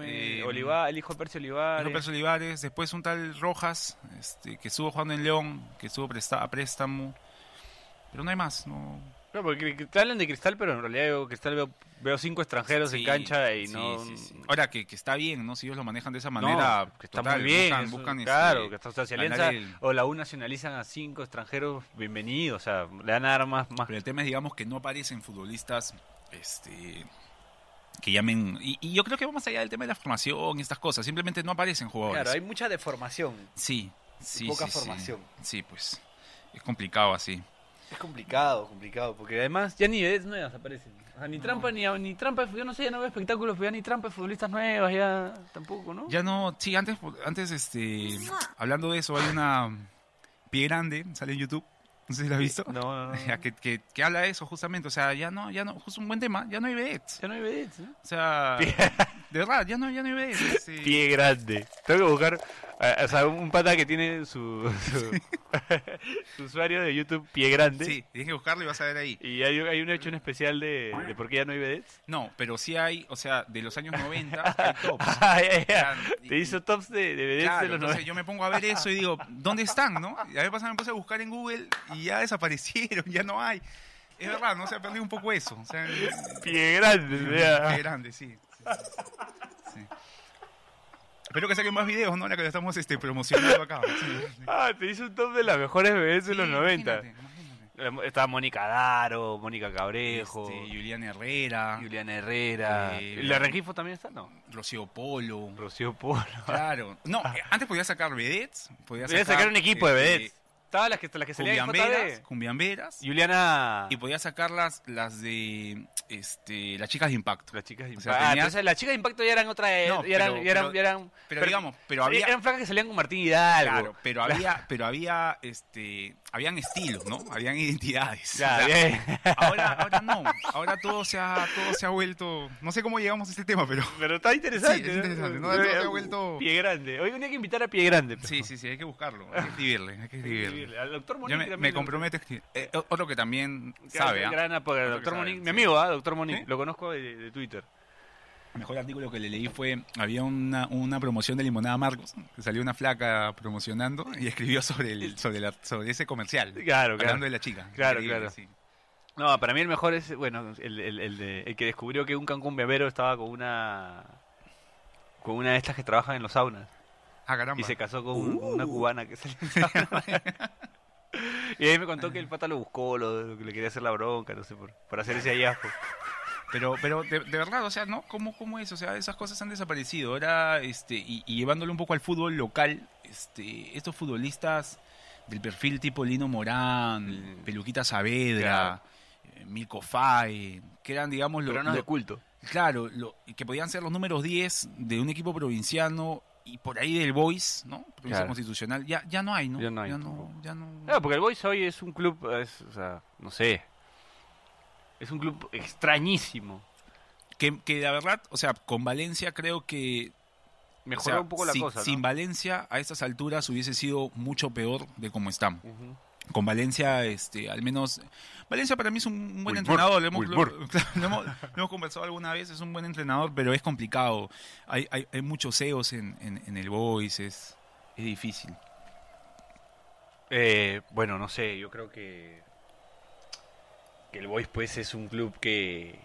El hijo de Percio Olivares. Percio Olivares, después un tal Rojas, que estuvo jugando en León, que estuvo a préstamo, pero no hay más, no. No, porque te hablan de Cristal, pero en realidad yo Cristal veo 5 extranjeros en Sí, cancha y sí, no... sí. Ahora que está bien, ¿no? Si ellos lo manejan de esa manera, que está total, muy bien. buscan, claro, que está, o sea, si ganar Alianza o la U nacionalizan a 5 extranjeros, bienvenidos, o sea, le van a dar más... Pero el tema es, digamos, que no aparecen futbolistas, que llamen... Y yo creo que va más allá del tema de la formación y estas cosas, simplemente no aparecen jugadores. Claro, hay mucha deformación. Sí, Poca sí. formación. Sí, pues, es complicado así. Es complicado, porque además ya ni vedettes nuevas aparecen. O sea, ni trampa, ni trampa, yo no sé, ya no veo espectáculos, pero ya ni trampa de futbolistas nuevas, ya tampoco, ¿no? Ya no, sí, antes hablando de eso, hay una Pie Grande, sale en YouTube, no sé si la has visto. No. Ya, que habla de eso justamente, o sea, ya no, justo un buen tema, ya no hay vedettes. Ya no hay vedettes, ¿no? O sea, de verdad, ya no hay vedettes. Pie Grande. Tengo que buscar, o sea, un pata que tiene su usuario de YouTube, Pie Grande. Sí, tienes que buscarlo y vas a ver ahí. Y hay un hecho en especial de por qué ya no hay vedettes. No, pero sí hay, o sea, de los años 90 hay tops. Ya. Y- Te hizo tops de vedettes Claro, de los entonces 90. yo me pongo a ver eso y digo, ¿dónde están, no? Y a veces me puse a buscar en Google y ya desaparecieron, ya no hay. Es verdad, no se ha perdido un poco eso. O sea, Pie Grande, ya. Qué grande, sí. Sí. Espero que saquen más videos, ¿no? La que la estamos promocionando acá. Sí. Te hizo un top de las mejores vedettes de los 90. Imagínate. Estaba Mónica Daro, Mónica Cabrejo, Julián Herrera, Julián Herrera. ¿La Rengifo también está? No. Rocío Polo. Rocío Polo. Claro. No, antes podías sacar vedettes. Podía sacar un equipo de vedettes. Estaban las que salían en JB. Cumbiamberas. Juliana. Y podías sacar las de las chicas de impacto. Las chicas de O Impacto. sea, tenías- Entonces las chicas de Impacto ya eran otra. No, pero digamos, pero había- Eran flacas que salían con Martín Hidalgo. Claro, pero había habían estilos, ¿no? Habían identidades. Ya, O sea, bien. ahora no. Ahora todo se ha vuelto. No sé cómo llegamos a este tema, pero. Pero está interesante. Sí, es interesante, ¿no? Todo se ha vuelto- Pie Grande. Hoy tenía que invitar a Pie Grande. Sí, hay que buscarlo. Hay que escribirle. Al doctor Yo Monique me comprometo a escribir. Otro que también sabe, ¿ah? Gran apoyo. El Otro que doctor sabe, Monique, mi sí. amigo, doctor Monique. ¿Sí? Lo conozco de Twitter. El mejor artículo que le leí fue, había una promoción de Limonada Marcos, que salió una flaca promocionando y escribió sobre ese comercial. Claro, hablando de la chica. Claro, Increíble, claro. sí. No, para mí el mejor es, bueno, el que descubrió que un Cancún Viamero estaba con una de estas que trabajan en los saunas. Ah, caramba. Y se casó con una cubana que salió en sauna. Y ahí me contó que el pata lo buscó, lo que le quería hacer la bronca, no sé, por hacer ese hallazgo. Pero de verdad, o sea, ¿no? ¿Cómo es? O sea, esas cosas han desaparecido. Ahora, y llevándolo un poco al fútbol local, estos futbolistas del perfil tipo Lino Morán, Peluquita Saavedra, Milko Fay, que eran, digamos, Pero no es de culto. Claro, que podían ser los números 10 de un equipo provinciano y por ahí del Boys, ¿no? Provincia Claro. Constitucional. Ya no hay, ¿no? Ya no hay. Ya no. Claro, porque el Boys hoy es un club, o sea, no sé. Es un club extrañísimo. Que la verdad, o sea, con Valencia creo que Mejoró o sea, un poco la cosa, ¿no? Sin Valencia, a estas alturas hubiese sido mucho peor de como estamos. Ujú. Con Valencia, al menos... Valencia para mí es un buen Wilmore, entrenador. Lo Wilmore. hemos conversado alguna vez, es un buen entrenador, pero es complicado. Hay muchos CEOs en el Boys, es difícil. Bueno, no sé, yo creo que el Boys pues es un club que...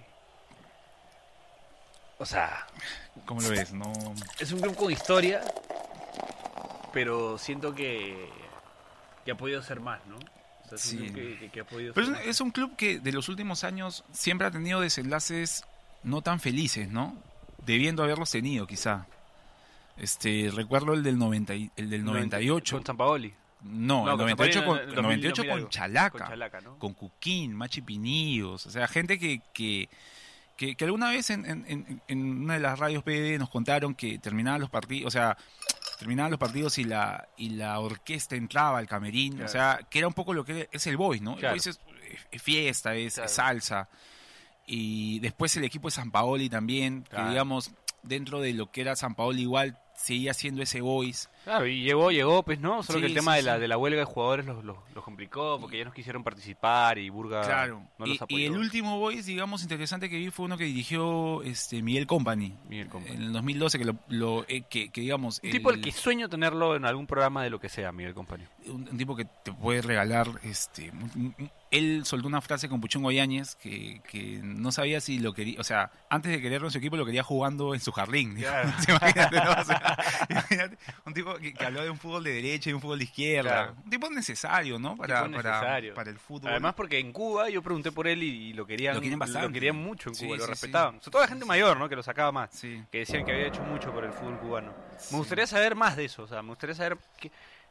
O sea, ¿Cómo lo ves? No... es un club con historia, pero siento que ha podido ser más, ¿no? O sea, es Sí. un club que ha podido Pero ser más. es un club que de los últimos años siempre ha tenido desenlaces no tan felices, ¿no? Debiendo haberlos tenido, quizá. Recuerdo el del 98. Con Sampaoli. No, No, el con 98 Sampaoli con, en el el 98 2000 con Chalaca, Con Chalaca, ¿no? con Cuquín, Machi Pinillos, o sea, gente que alguna vez en una de las radios PD nos contaron que terminaban los partidos y la orquesta entraba al camerín, Claro. o sea, que era un poco lo que es el Boys, ¿no? Claro. El Boys es fiesta, es Claro. salsa, y después el equipo de Sampaoli también, Claro. que digamos, dentro de lo que era Sampaoli igual seguía siendo ese Boys. Claro, y llegó, pues no, solo Sí, que el tema sí, de sí. la huelga de jugadores los complicó porque ya no quisieron participar y Burga Claro, no los apoyó. y el último Boys, digamos, interesante que vi fue uno que dirigió Miguel Company. Miguel Company. En el 2012, que digamos... Un tipo al que sueño tenerlo en algún programa de lo que sea, Miguel Compañía. un tipo que te puede regalar... él soltó una frase con Puchón Goyáñez que no sabía si lo quería... O sea, antes de quererlo en su equipo, lo quería jugando en su jardín. Claro. Imagínate, ¿no? O sea, imagínate, un tipo que habló de un fútbol de derecha y un fútbol de izquierda. Claro. Un tipo necesario, ¿no? Para el fútbol. Además porque en Cuba yo pregunté por él y lo querían Lo quieren bastante. Lo querían mucho en Sí, Cuba, lo sí, respetaban. sí. Sobre todo la gente mayor, ¿no? Que lo sacaba más. Sí. Que decían que había hecho mucho por el fútbol cubano. Sí. Me gustaría saber más de eso, o sea, me gustaría saber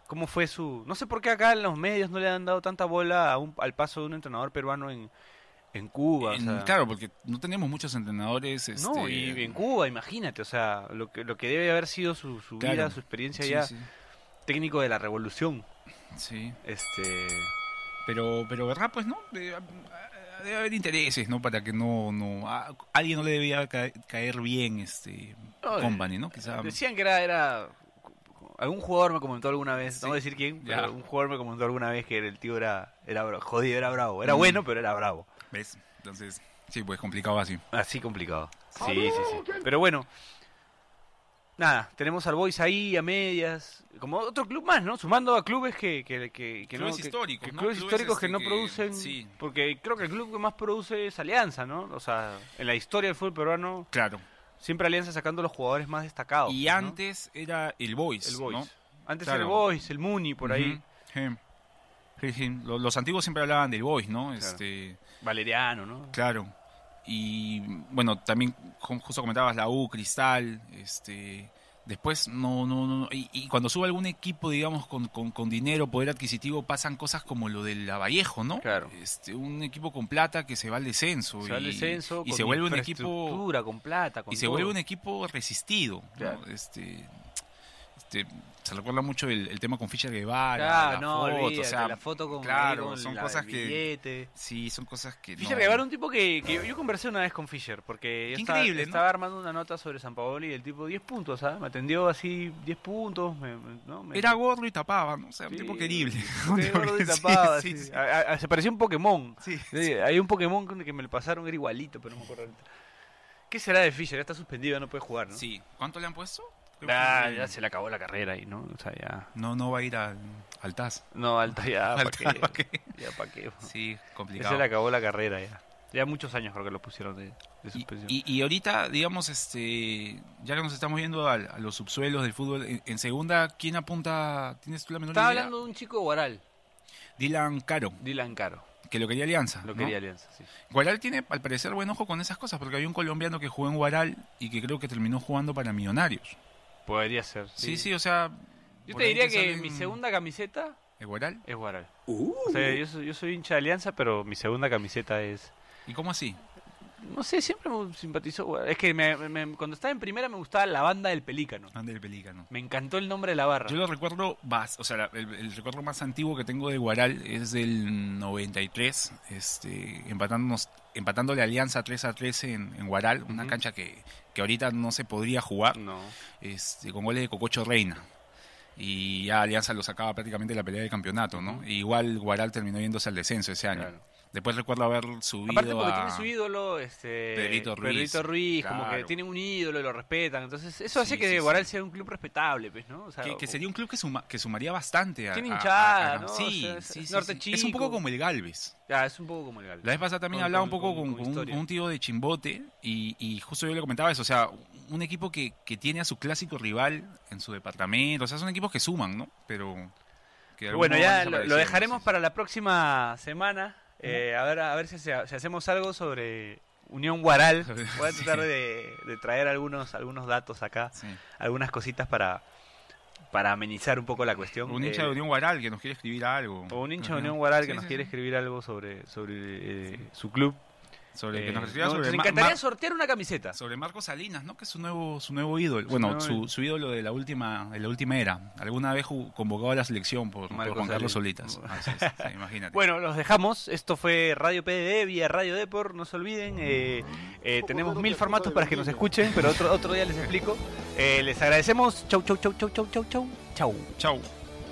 cómo fue su... No sé por qué acá en los medios no le han dado tanta bola al paso de un entrenador peruano en Cuba. O sea, Claro, porque no tenemos muchos entrenadores. no, y en Cuba, imagínate, o sea, lo que debe haber sido su Claro. vida, su experiencia Sí, ya, sí, técnico de la revolución. sí. Pero Pero verdad, pues, ¿no? Debe haber intereses, ¿no? Para que a alguien no le debía caer bien No, Company, ¿no? Quizá... decían que era algún jugador me comentó alguna vez, Sí. no voy a decir quién, Ya. pero un jugador me comentó alguna vez que el tío era jodido, era bravo. Era Mm. bueno, pero era bravo. ¿Ves? Entonces, sí, pues complicado así. Así complicado. Sí. Pero bueno, nada, tenemos al Boys ahí a medias, como otro club más, ¿no? Sumando a clubes que Clubes no, históricos, ¿no? clubes Clubes, históricos que no que- producen, sí. porque creo que el club que más produce es Alianza, ¿no? O sea, en la historia del fútbol peruano, Claro. siempre Alianza sacando los jugadores más destacados. Y ¿no? antes era el Boys, El Boys. ¿no? Antes Claro. era el Boys, el Muni, por ahí. Ujú. Sí. Los antiguos siempre hablaban del Boys, ¿no? Claro. Valeriano, ¿no? Claro. Y bueno, también justo comentabas la U, Cristal, después no. Y cuando sube algún equipo, digamos, con dinero, poder adquisitivo, pasan cosas como lo del Lavallejo, ¿no? Claro. Un equipo con plata que se va al descenso. Se va al descenso, y con se vuelve un equipo infraestructura, con plata, con y se todo. vuelve un equipo resistido, ¿no? Claro. Se recuerda mucho el tema con Fischer Guevara, Claro, la no, foto, olvídate, o sea, la foto con, claro, ahí con son el cosas que billete. sí, son cosas que Fischer no. Guevara, un tipo que yo conversé una vez con Fischer, porque yo Qué estaba, increíble, ¿no? estaba armando una nota sobre San Paolo y el tipo 10 puntos, ¿sabes? Me atendió así 10 puntos. Era gordo y tapaba, ¿no? O sea, un Sí, tipo querible. sí, gordo y tapaba, Sí, sí. sí. Se parecía un Pokémon. Sí, Sí, hay un Pokémon que me lo pasaron, era igualito, pero no me acuerdo ahorita. ¿Qué será de Fischer? Ya está suspendido, ya no puede jugar, ¿no? Sí. ¿Cuánto le han puesto? Creo que Ya se le acabó la carrera ahí, ¿no? O sea, ya... no va a ir al TAS. No, alta ya, ¿para Alta, qué? ¿pa' qué? Ya, ¿para qué? Sí, Ya complicado. se le acabó la carrera ya. Ya muchos años creo que lo pusieron de suspensión. Y ahorita, digamos, ya que nos estamos viendo a los subsuelos del fútbol, en segunda, ¿quién apunta? ¿Tienes tú la menor Estaba idea? hablando de un chico Guaral, Dylan Caro, Dylan Caro. que lo quería Alianza. Lo ¿no? quería Alianza, sí. Guaral tiene, al parecer, buen ojo con esas cosas, porque había un colombiano que jugó en Guaral y que creo que terminó jugando para Millonarios. Podría ser. Sí, o sea... Yo por te ahí diría te que salen- mi segunda camiseta ¿De Guaral? es Guaral. O sea, yo soy hincha de Alianza, pero mi segunda camiseta es... ¿Y cómo así? No sé, siempre me simpatizó Guaral. Es que cuando estaba en primera me gustaba la banda del Pelícano. Ande el Pelícano. Me encantó el nombre de la barra. Yo lo recuerdo, o sea, el recuerdo más antiguo que tengo de Guaral es del 93, empatándole a Alianza 3-3 en Guaral, una Ujú. cancha que ahorita no se podría jugar, No. con goles de Cococho Reina. Y ya Alianza lo sacaba prácticamente de la pelea de campeonato, ¿no? Y igual Guaral terminó yéndose al descenso ese año. Claro. Después recuerdo haber subido Aparte porque a... tiene su ídolo, Pedrito Ruiz. Pedrito Ruiz, como que Claro. tiene un ídolo y lo respetan. Entonces, eso hace Sí, que sí, Guaral sí. sea un club respetable, pues, ¿no? O sea, que sería un club que sumaría bastante a... Tiene a- hinchada, a- ¿no? Sí, O sea, sí, es sí, norte sí. Es un poco chico. como el Galvez. Ya, es un poco como el Gal. La vez pasada también Con- hablaba un con- poco con con un, historia. con un tío de Chimbote y justo yo le comentaba eso, o sea, un equipo que tiene a su clásico rival en su departamento, o sea, son equipos que suman, ¿no? Pero que de algún Bueno, modo ya van lo desapareciendo, dejaremos sí. para la próxima semana. A ver si hacemos algo sobre Unión Guaral. Voy a tratar de traer algunos datos acá, Sí. algunas cositas para amenizar un poco la cuestión. Un hincha de Unión Guaral que nos quiere escribir algo. O un hincha de Ajá. Unión Guaral que Sí, nos sí, quiere sí. escribir algo sobre su club. Sobre que Eh, nos escriba nos sobre encantaría sortear una camiseta. sobre Marcos Salinas, ¿no? Que es su nuevo ídolo. Bueno, nuevo su ídolo de la última era. Alguna vez convocado a la selección por Marcos Juan Carlos Salinas. Solitas. Así es, sí, imagínate. Bueno, los dejamos. Esto fue Radio PDD vía Radio Depor. No se olviden. Tenemos 1000 formatos para que nos escuchen, pero otro día les explico. Les agradecemos. Chau, chau, chau, chau, chau, chau, chau. Chau. Chau.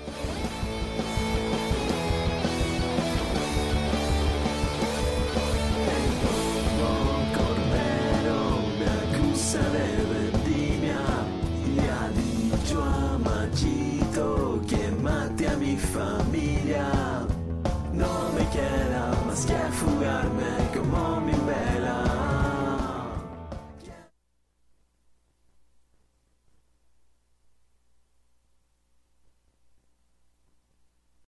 Cordero, una cruza de vendimia, le ha dicho a Machito que mate a mi familia. No me queda más que fugarme